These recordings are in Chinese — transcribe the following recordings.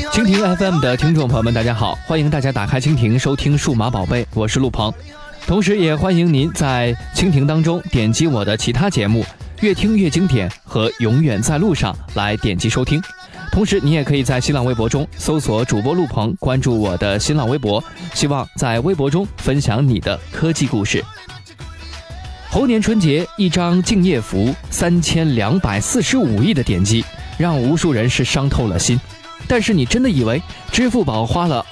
蜻蜓 FM 的听众朋友们，大家好，欢迎大家打开蜻蜓收听数码宝贝，我是陆鹏。同时也欢迎您在蜻蜓当中点击我的其他节目越听越经典和永远在路上来点击收听。同时你也可以在新浪微博中搜索主播陆鹏，关注我的新浪微博，希望在微博中分享你的科技故事。猴年春节一张敬业福3245亿的点击，让无数人是伤透了心。但是你真的以为支付宝花了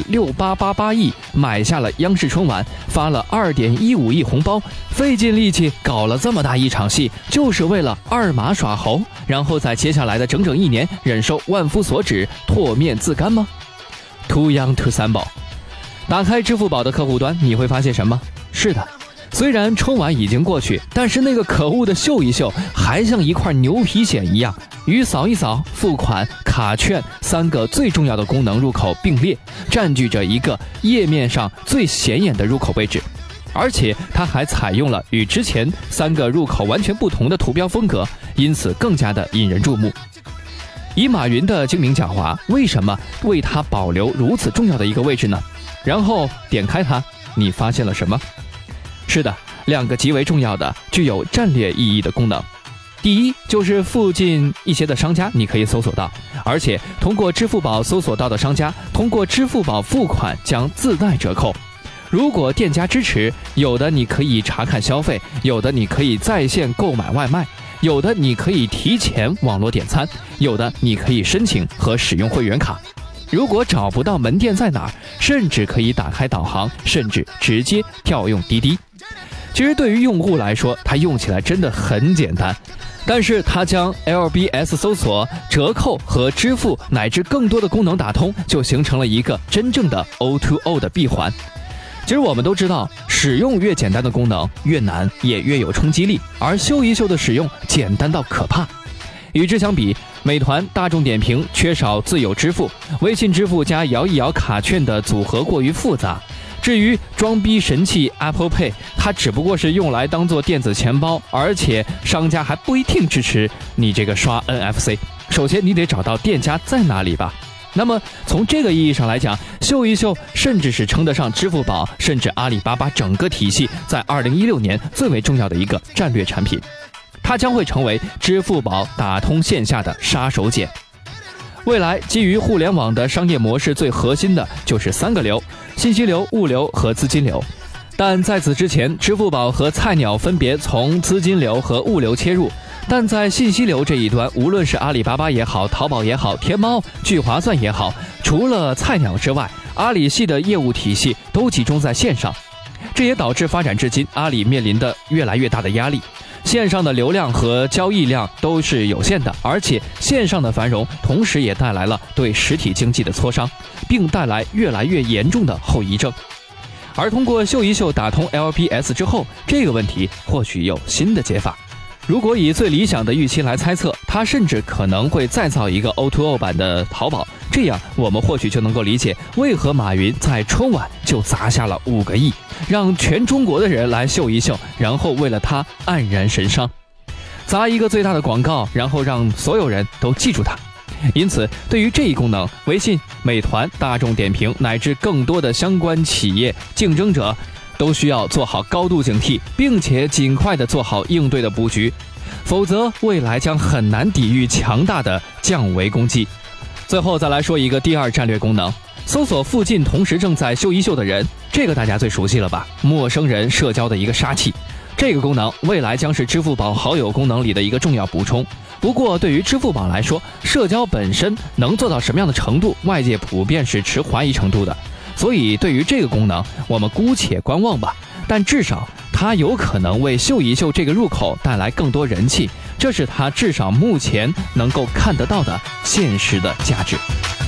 2.6888亿买下了央视春晚，发了2.15亿红包，费尽力气搞了这么大一场戏，就是为了二马耍猴，然后在接下来的整整1年忍受万夫所指，唾面自干吗？ Too young to sample。 打开支付宝的客户端，你会发现什么？是的，虽然春晚已经过去，但是那个可恶的秀一秀还像一块牛皮癣一样，与扫一扫、付款、卡券3个最重要的功能入口并列，占据着一个页面上最显眼的入口位置。而且它还采用了与之前3个入口完全不同的图标风格，因此更加的引人注目。以马云的精明狡猾，为什么为他保留如此重要的一个位置呢？然后点开它，你发现了什么？是的，2个极为重要的、具有战略意义的功能。第一，就是附近一些的商家你可以搜索到，而且通过支付宝搜索到的商家，通过支付宝付款将自带折扣。如果店家支持，有的你可以查看消费，有的你可以在线购买外卖，有的你可以提前网络点餐，有的你可以申请和使用会员卡。如果找不到门店在哪儿，甚至可以打开导航，甚至直接调用滴滴。其实对于用户来说，它用起来真的很简单，但是它将 LBS 搜索、折扣和支付乃至更多的功能打通，就形成了一个真正的 O2O 的闭环。其实我们都知道，使用越简单的功能越难，也越有冲击力，而秀一秀的使用简单到可怕。与之相比，美团、大众点评缺少自有支付，微信支付加摇一摇卡券的组合过于复杂。至于装逼神器 Apple Pay， 它只不过是用来当做电子钱包，而且商家还不一定支持你这个刷 NFC。首先你得找到店家在哪里吧。那么从这个意义上来讲，秀一秀甚至是称得上支付宝甚至阿里巴巴整个体系在2016年最为重要的一个战略产品。它将会成为支付宝打通线下的杀手锏。未来基于互联网的商业模式最核心的就是3个流：信息流、物流和资金流。但在此之前，支付宝和菜鸟分别从资金流和物流切入，但在信息流这一端，无论是阿里巴巴也好，淘宝也好，天猫、聚划算也好，除了菜鸟之外，阿里系的业务体系都集中在线上。这也导致发展至今，阿里面临的越来越大的压力。线上的流量和交易量都是有限的，而且线上的繁荣同时也带来了对实体经济的挫伤，并带来越来越严重的后遗症。而通过秀一秀打通 LBS 之后，这个问题或许有新的解法。如果以最理想的预期来猜测，它甚至可能会再造一个 O2O 版的淘宝，这样我们或许就能够理解为何马云在春晚就砸下了5个亿，让全中国的人来秀一秀，然后为了他黯然神伤，砸一个最大的广告，然后让所有人都记住他。因此对于这一功能，微信、美团、大众点评乃至更多的相关企业竞争者都需要做好高度警惕，并且尽快的做好应对的布局，否则未来将很难抵御强大的降维攻击。最后再来说一个第2战略功能，搜索附近同时正在秀一秀的人，这个大家最熟悉了吧？陌生人社交的一个杀器。这个功能未来将是支付宝好友功能里的一个重要补充。不过对于支付宝来说，社交本身能做到什么样的程度，外界普遍是持怀疑程度的。所以对于这个功能，我们姑且观望吧。但至少它有可能为秀一秀这个入口带来更多人气，这是它至少目前能够看得到的现实的价值。